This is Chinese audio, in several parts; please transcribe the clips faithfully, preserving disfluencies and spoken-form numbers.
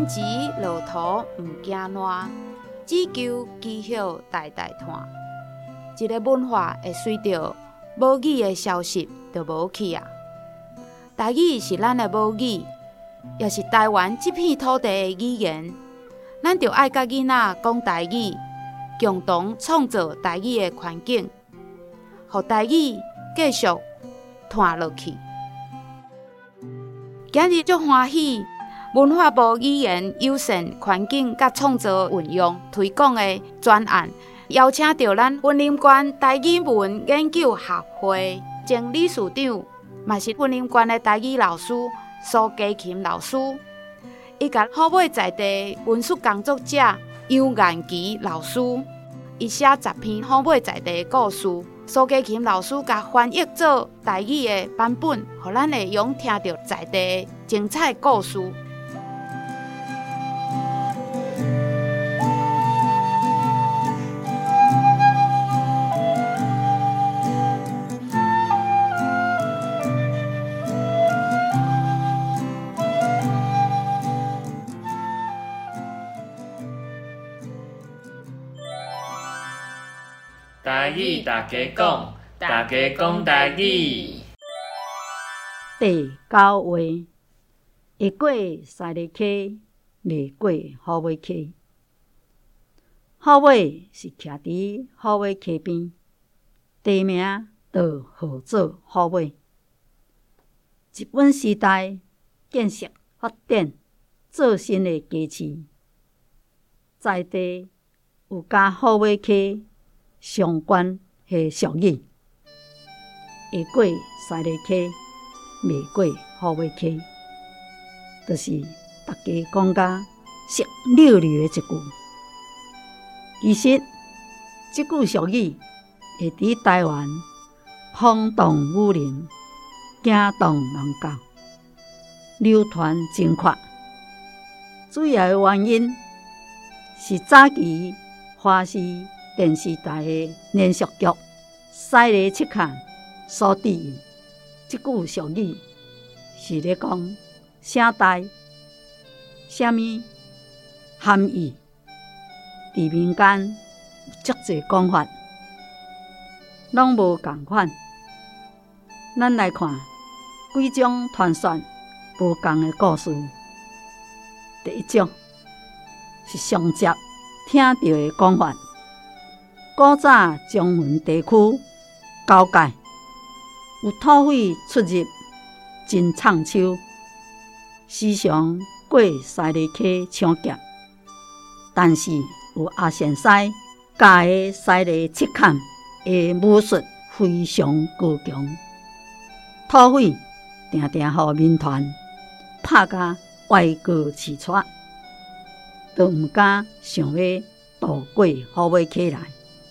天池落土毋惊烂，只求基hiệu代代传。一个文化会随着母语的消失就无去啊。台语是咱的母语，也是台湾这片土地的语言。咱就爱甲囡仔讲台语，共同创造台语的环境，让台语继续传落去。今日足欢喜，文化部语言友善环境甲创造运用推广的专案，邀请到咱云林县台语文研究学会前理事长，嘛是云林县的台语老师苏家琴老师。伊甲好尾在地文书工作者杨彦琪老师，伊写十篇好尾在地的故事，苏家琴老师甲翻译做台语的版本，互咱会用听到在地精彩故事。 台语大家讲，大家讲台语。 第九话，会过三个溪，未过好尾溪。好尾是徛伫好尾溪边，地名就号做好尾。日本时代建设发展做新的街市，在地有甲好尾溪相关的俗语，会过三个溪，未过好尾溪，就是大家讲甲熟溜溜的一句。其实，这句俗语会伫台湾轰动武林，惊动人教，流传真快。主要的原因是早期华视电视台的连续剧《西里七看》所致用。这句俗语是咧讲啥代、啥物含义，伫民间有足侪讲法，拢无共款。咱来看几种传说无共的故事。第一种是上接听到的讲法。古早中原地区交界有土匪出入，真藏手，时常过西里溪抢劫。但是有阿贤师教的西里七坎的武术非常高强，土匪定定互民团拍甲歪过刺出，都毋敢想要渡过好尾溪来。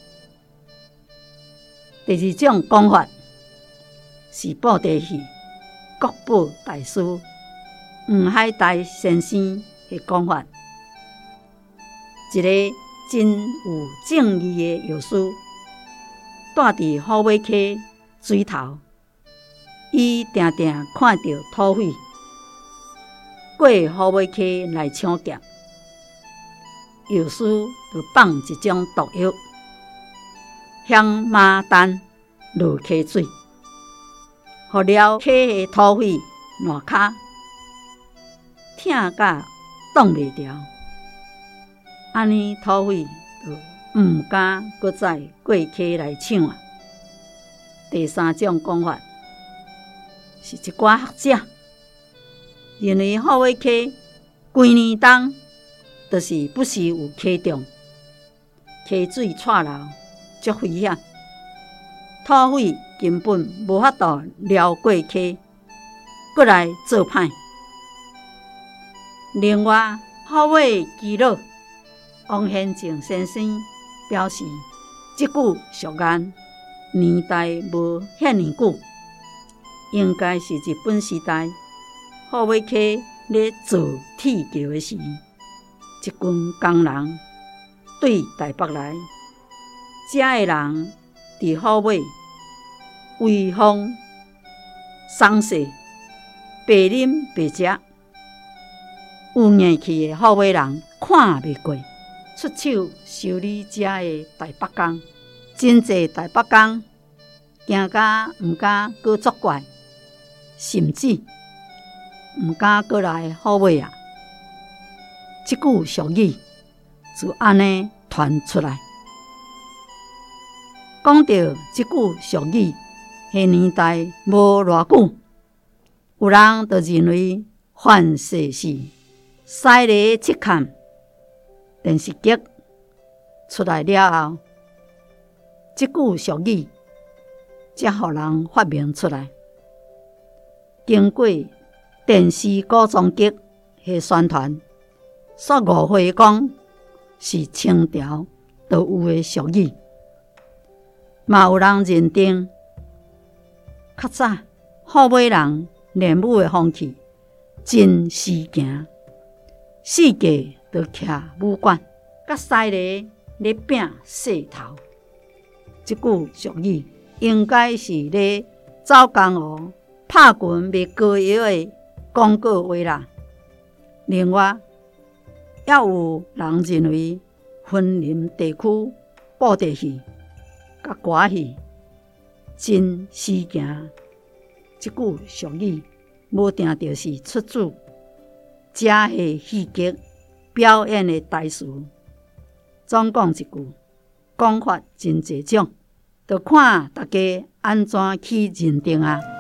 第二种讲法是布袋戏国宝大师黄海大先生的讲法，一个真有正义的药师，住伫好尾溪水头，伊定定看到土匪过好尾溪来抢劫，药师就放一种毒药，向马丹落溪水，互了溪的土匪烂骹，疼甲挡袂牢。安尼土匪就毋敢搁再过溪来抢啊。第三种讲法是一寡学者认为好尾溪规年冬就是不时有溪中，溪水窜流，足危险，土匪根本无法度撩过溪，搁来做歹。另外，好尾基佬王显正先生表示，这句俗谚年代无遐尼久，应该是日本时代好尾溪咧做铁桥的时，一群工人对台北来，遮的人伫好尾威风丧事，白啉白食， 有硬气的好尾人看袂过，出手修理遮的台北工，真济台北工惊甲毋敢搁作怪，甚至毋敢搁来好尾啊！即句俗语就安尼传出来。讲到即句俗语，迄年代无偌久，有人就认为范世是西里七看电视剧出来了后，即句俗语才互人发明出来。经过电视古装剧的宣传，煞误会讲是清朝就有的俗语，嘛有人认定较早好尾人练武的风气真死行，四界就徛武馆，甲西里咧拼势头。即句俗语应该是咧走江湖、拍拳卖膏药的广告话啦。另外，也有人认为云林地区布袋戏、甲歌戏真死行，即句俗语无定就是出自这个戏剧表演的台词。总讲一句，讲法真侪种，就看大家安怎去认定啊。